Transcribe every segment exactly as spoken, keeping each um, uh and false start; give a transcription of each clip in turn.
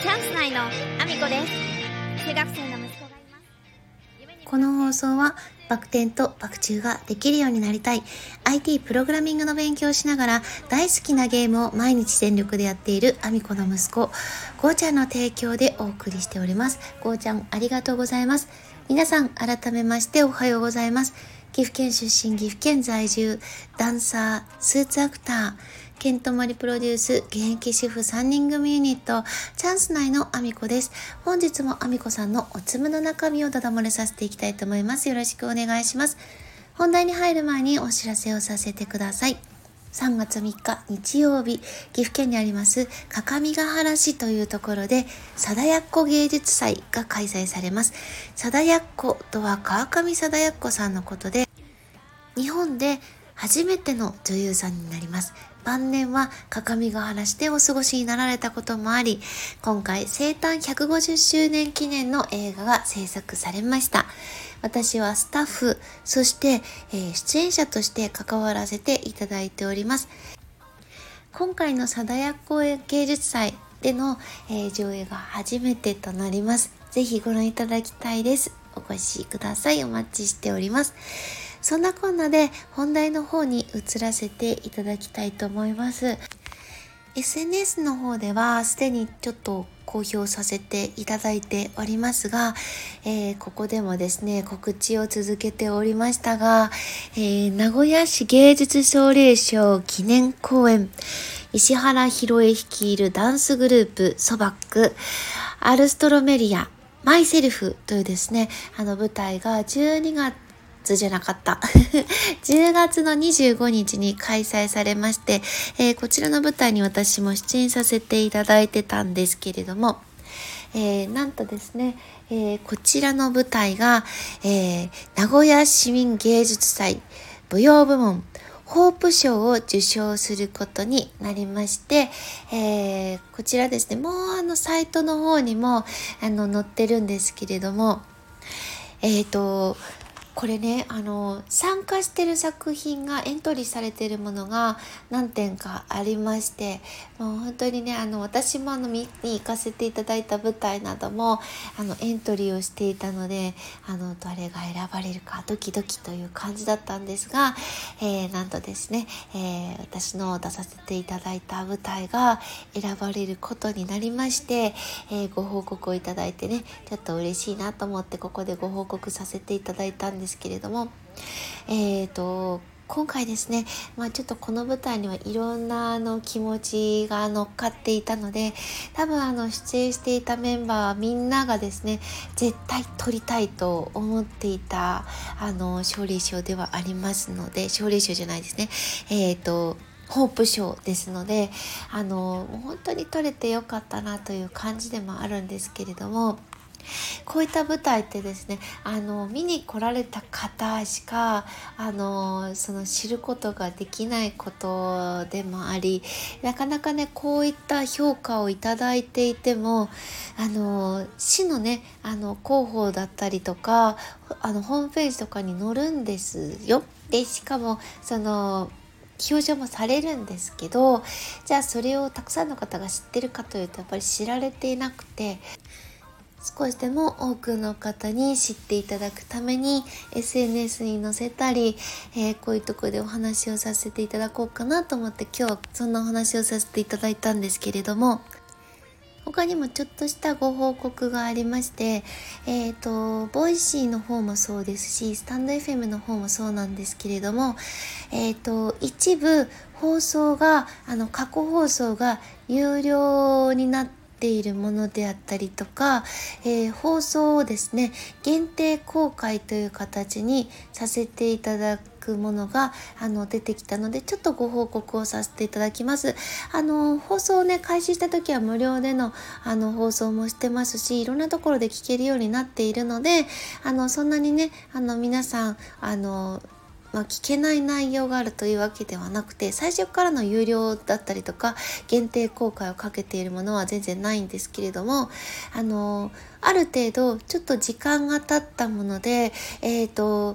チャンス内のアミコです。中学生の息子がいます。 この放送はバク転とバク宙ができるようになりたい アイティー プログラミングの勉強をしながら大好きなゲームを毎日全力でやっているアミコの息子ゴーちゃんの提供でお送りしております。ゴーちゃんありがとうございます。皆さん改めましておはようございます。岐阜県出身、岐阜県在住、ダンサー、スーツアクター、ケントマリプロデュース、現役主婦さんにん組ユニット、チャンス内のアミコです。本日もアミコさんのおつむの中身をだだ漏れさせていきたいと思います。よろしくお願いします。本題に入る前にお知らせをさせてください。さんがつみっか日曜日、岐阜県にあります各務原市というところで貞奴芸術祭が開催されます。貞奴とは川上貞奴さんのことで、日本で初めての女優さんになります。晩年は各務原市でお過ごしになられたこともあり、今回生誕ひゃくごじゅっしゅうねん記念の映画が制作されました。私はスタッフ、そして、えー、出演者として関わらせていただいております。今回の貞奴芸術祭での、えー、上映が初めてとなります。ぜひご覧いただきたいです。お越しください。お待ちしております。そんなこんなで本題の方に移らせていただきたいと思います。エスエヌエス の方ではすでにちょっと公表させていただいておりますが、えー、ここでもですね告知を続けておりましたが、えー、名古屋市芸術奨励賞記念公演、石原ひろえ率いるダンスグループソバックアルストロメリアマイセルフというですねあの舞台がじゅうにがつじゃなかったじゅうがつのにじゅうごにちに開催されまして、えー、こちらの舞台に私も出演させていただいてたんですけれども、えー、なんとですね、えー、こちらの舞台が、えー、名古屋市民芸術祭舞踊部門ホープ賞を受賞することになりまして、えー、こちらですね、もうあのサイトの方にもあの載ってるんですけれども、えーとこれね、あの参加してる作品がエントリーされているものが何点かありまして、もう本当にね、あの私もあの見に行かせていただいた舞台などもあのエントリーをしていたので、あのどれが選ばれるかドキドキという感じだったんですが、えー、なんとですね、えー、私の出させていただいた舞台が選ばれることになりまして、えー、ご報告をいただいてね、ちょっと嬉しいなと思ってここでご報告させていただいたんですですけれども、えーと今回ですね、まあ、ちょっとこの舞台にはいろんなあの気持ちが乗っかっていたので、多分あの出演していたメンバーはみんながですね絶対取りたいと思っていたあの奨励賞ではありますので、奨励賞じゃないですね、えーとホープ賞ですので、あの本当に取れてよかったなという感じでもあるんですけれども、こういった舞台ってですね、あの見に来られた方しかあのその知ることができないことでもあり、なかなかねこういった評価をいただいていても、あの市のねあの広報だったりとかあのホームページとかに載るんですよ。でしかもその表彰もされるんですけど、じゃあそれをたくさんの方が知ってるかというとやっぱり知られていなくて、少しでも多くの方に知っていただくために エスエヌエス に載せたり、えー、こういうところでお話をさせていただこうかなと思って今日はそんなお話をさせていただいたんですけれども、他にもちょっとしたご報告がありまして、えーと、ボイシーの方もそうですし、スタンド エフエム の方もそうなんですけれども、えーと、一部放送が、あの過去放送が有料になってているものであったりとか、えー、放送をですね限定公開という形にさせていただくものがあの出てきたので、ちょっとご報告をさせていただきます。あの放送をね開始した時は無料でのあの放送もしてますし、いろんなところで聞けるようになっているので、あのそんなにねあの皆さんあのまあ、聞けない内容があるというわけではなくて、最初からの有料だったりとか限定公開をかけているものは全然ないんですけれども、あのある程度ちょっと時間が経ったもので、えーと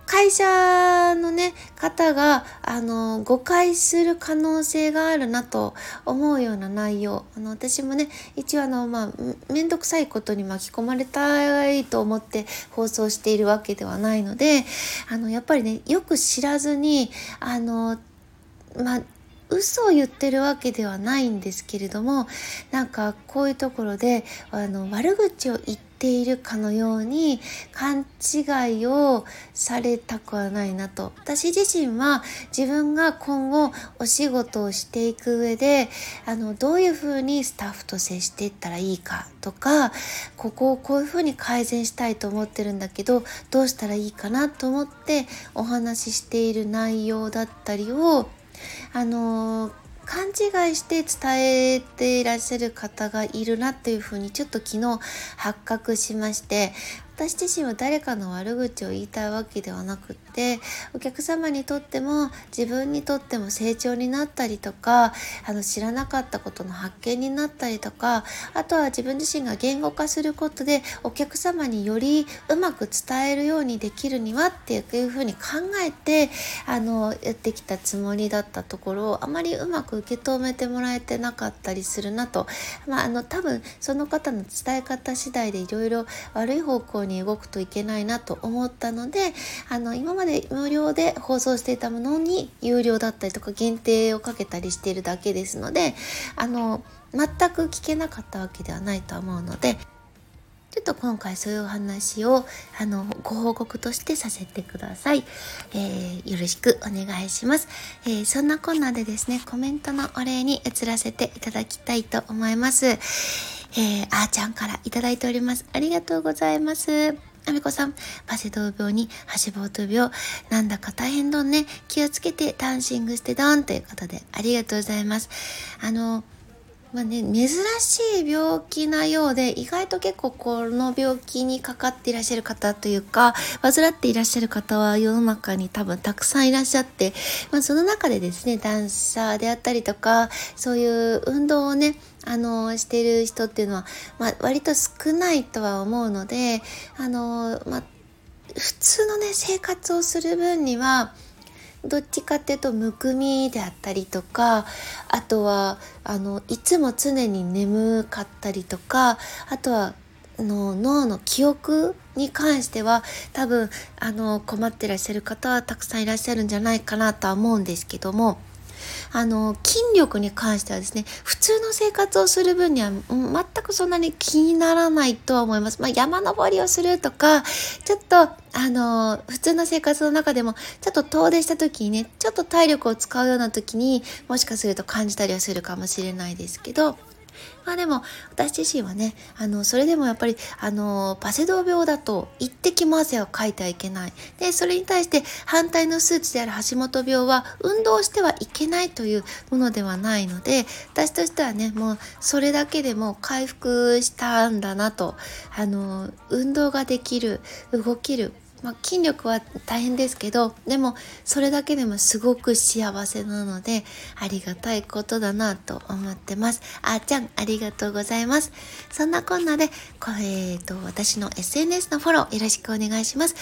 会社のね方があの誤解する可能性があるなと思うような内容、あの私もね一応あのまあめんどくさいことに巻き込まれたいと思って放送しているわけではないので、あのやっぱりねよく知らずにあのまあ嘘を言ってるわけではないんですけれども、なんかこういうところであの悪口を言っているかのように勘違いをされたくはないなと。私自身は自分が今後お仕事をしていく上であのどういうふうにスタッフと接していったらいいかとか、ここをこういうふうに改善したいと思ってるんだけどどうしたらいいかなと思ってお話ししている内容だったりをあの勘違いして伝えていらっしゃる方がいるなっていうふうにちょっと昨日発覚しまして、私自身は誰かの悪口を言いたいわけではなくって、お客様にとっても自分にとっても成長になったりとか、あの知らなかったことの発見になったりとか、あとは自分自身が言語化することでお客様によりうまく伝えるようにできるにはっていうふうに考えてあのやってきたつもりだったところをあまりうまく受け止めてもらえてなかったりするなと、まあ、あの多分その方の伝え方次第でいろいろ悪い方向にに動くといけないなと思ったので、あの今まで無料で放送していたものに有料だったりとか限定をかけたりしているだけですので、あの全く聞けなかったわけではないと思うので、ちょっと今回そういうお話をあのご報告としてさせてください、えー、よろしくお願いします、えー、そんなこんなでですねコメントのお礼に移らせていただきたいと思います。えー、あーちゃんからいただいております。ありがとうございます。あみこさん、バセドウ病に橋ボート病、なんだか大変どんね、気をつけてダンシングしてどんということでありがとうございます。あのまあね、珍しい病気なようで、意外と結構この病気にかかっていらっしゃる方というか患っていらっしゃる方は世の中に多分たくさんいらっしゃって、まあ、その中でですねダンサーであったりとかそういう運動をねあのしている人っていうのは、まあ、割と少ないとは思うので、あの、まあ、普通のね生活をする分にはどっちかっていうとむくみであったりとか、あとはあのいつも常に眠かったりとか、あとはあの脳の記憶に関しては多分あの困ってらっしゃる方はたくさんいらっしゃるんじゃないかなとは思うんですけども、あの筋力に関してはですね普通の生活をする分には全くそんなに気にならないとは思います。まあ、山登りをするとかちょっとあの普通の生活の中でもちょっと遠出した時にねちょっと体力を使うような時にもしかすると感じたりはするかもしれないですけど、まあでも私自身はねあのそれでもやっぱりあのバセドウ病だと一滴も汗をかいてはいけないで、それに対して反対の数値である橋本病は運動してはいけないというものではないので、私としてはねもうそれだけでも回復したんだなと、あの運動ができる動ける、まあ、筋力は大変ですけどでもそれだけでもすごく幸せなのでありがたいことだなと思ってます。あーちゃんありがとうございます。そんなこんなでこれ、えー、と私の エスエヌエス のフォローよろしくお願いします。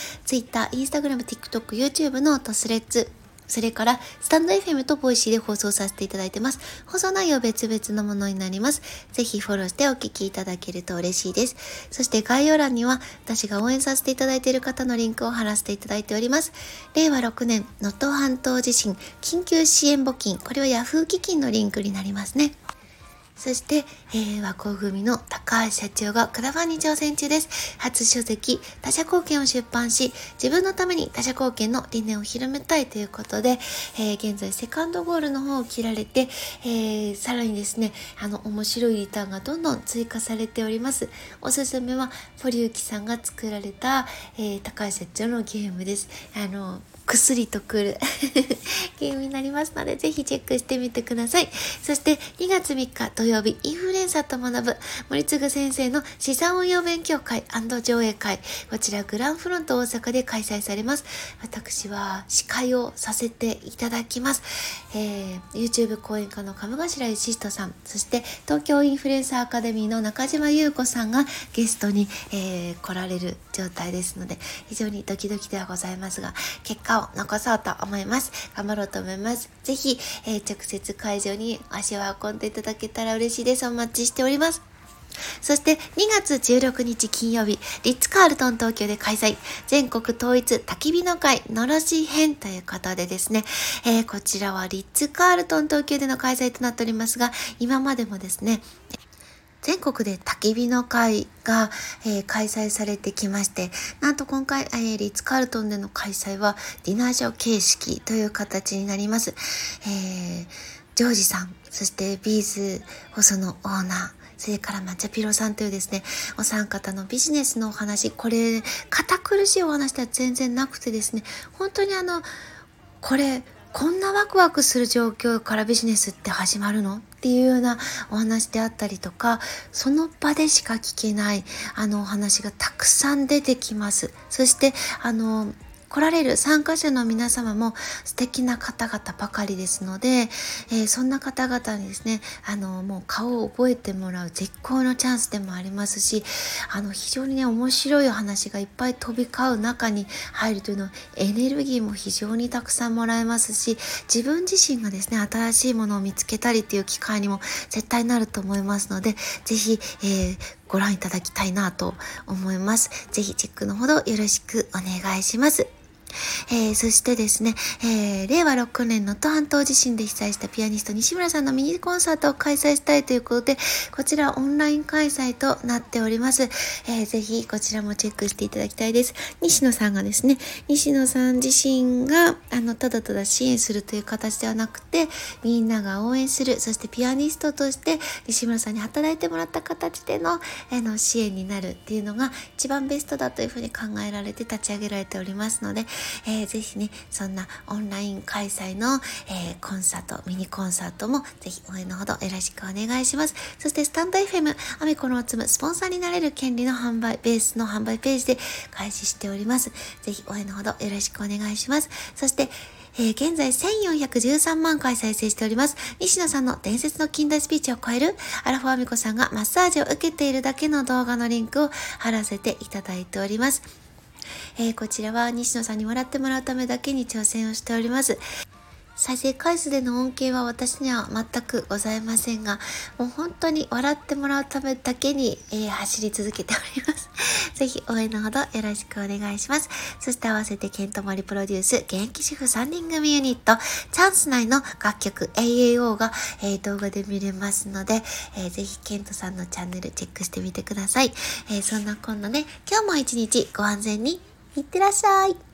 Twitter、Instagram、TikTok、YouTube のトスレッツ、それからスタンド エフエム とボイシーで放送させていただいてます。放送内容別々のものになります。ぜひフォローしてお聞きいただけると嬉しいです。そして概要欄には私が応援させていただいている方のリンクを貼らせていただいております。れいわろくねん能登半島地震緊急支援募金、これはヤフー基金のリンクになりますね。そして、えー、和光組の高橋社長がクラファンに挑戦中です。初書籍他者貢献を出版し、自分のために他者貢献の理念を広めたいということで、えー、現在セカンドゴールの方を切られて、えー、さらにですねあの面白いリターンがどんどん追加されております。おすすめは堀内さんが作られた、えー、高橋社長のゲームです。あの薬とくるゲームになりますのでぜひチェックしてみてください。そしてにがつみっか土曜日、インフルエンサーと学ぶ森次先生の資産運用勉強会&上映会、こちらグランフロント大阪で開催されます。私は司会をさせていただきます。えー、YouTube 講演家の鴨頭義人さん、そして東京インフルエンサーアカデミーの中島優子さんがゲストに、えー、来られる状態ですので、非常にドキドキではございますが、結果を残そうと思います。頑張ろうと思います。ぜひ、えー、直接会場に足を運んでいただけたら嬉しいです。お待ちしております。そしてにがつじゅうろくにち金曜日、リッツカールトン東京で開催、全国統一焚き火の会のろし編ということでですね、えー、こちらはリッツカールトン東京での開催となっておりますが、今までもですね、全国で焚き火の会が、えー、開催されてきまして、なんと今回、えー、リッツカールトンでの開催はディナーショー形式という形になります。えー、ジョージさん、そしてビーズ細のオーナー、それから抹茶ピロさんというですね、お三方のビジネスのお話、これ、堅苦しいお話では全然なくてですね、本当にあの、これ、こんなワクワクする状況からビジネスって始まるのっていうようなお話であったりとか、その場でしか聞けないあのお話がたくさん出てきます。そしてあの来られる参加者の皆様も素敵な方々ばかりですので、えー、そんな方々にですね、あのもう顔を覚えてもらう絶好のチャンスでもありますし、あの非常にね面白いお話がいっぱい飛び交う中に入るというのはエネルギーも非常にたくさんもらえますし、自分自身がですね新しいものを見つけたりっていう機会にも絶対なると思いますので、ぜひ、えー、ご覧いただきたいなと思います。ぜひチェックのほどよろしくお願いします。えー、そしてですね、えー、れいわろくねん能登半島地震で被災したピアニスト西村さんのミニコンサートを開催したいということで、こちらオンライン開催となっております。えー、ぜひこちらもチェックしていただきたいです。西野さんがですね、西野さん自身があのただただ支援するという形ではなくて、みんなが応援する、そしてピアニストとして西村さんに働いてもらった形での、えー、の支援になるっていうのが一番ベストだというふうに考えられて立ち上げられておりますので、えー、ぜひね、そんなオンライン開催の、えー、コンサート、ミニコンサートもぜひ応援のほどよろしくお願いします。そしてスタンド エフエム、アミコのおつむ、スポンサーになれる権利の販売、ベースの販売ページで開始しております。ぜひ応援のほどよろしくお願いします。そして、えー、現在せんよんひゃくじゅうさんまんかい再生しております。西野さんの伝説の近代スピーチを超えるアラフォーアミコさんがマッサージを受けているだけの動画のリンクを貼らせていただいております。えー、こちらは西野さんに笑ってもらうためだけに挑戦をしております。再生回数での恩恵は私には全くございませんが、もう本当に笑ってもらうためだけに、えー、走り続けております。ぜひ応援のほどよろしくお願いします。そして合わせてケントモリプロデュース現役主婦さんにん組ユニットチャンス内の楽曲 エーエーオー が、えー、動画で見れますので、えー、ぜひケントさんのチャンネルチェックしてみてください。えー、そんなこんなで今日も一日ご安全にいってらっしゃい。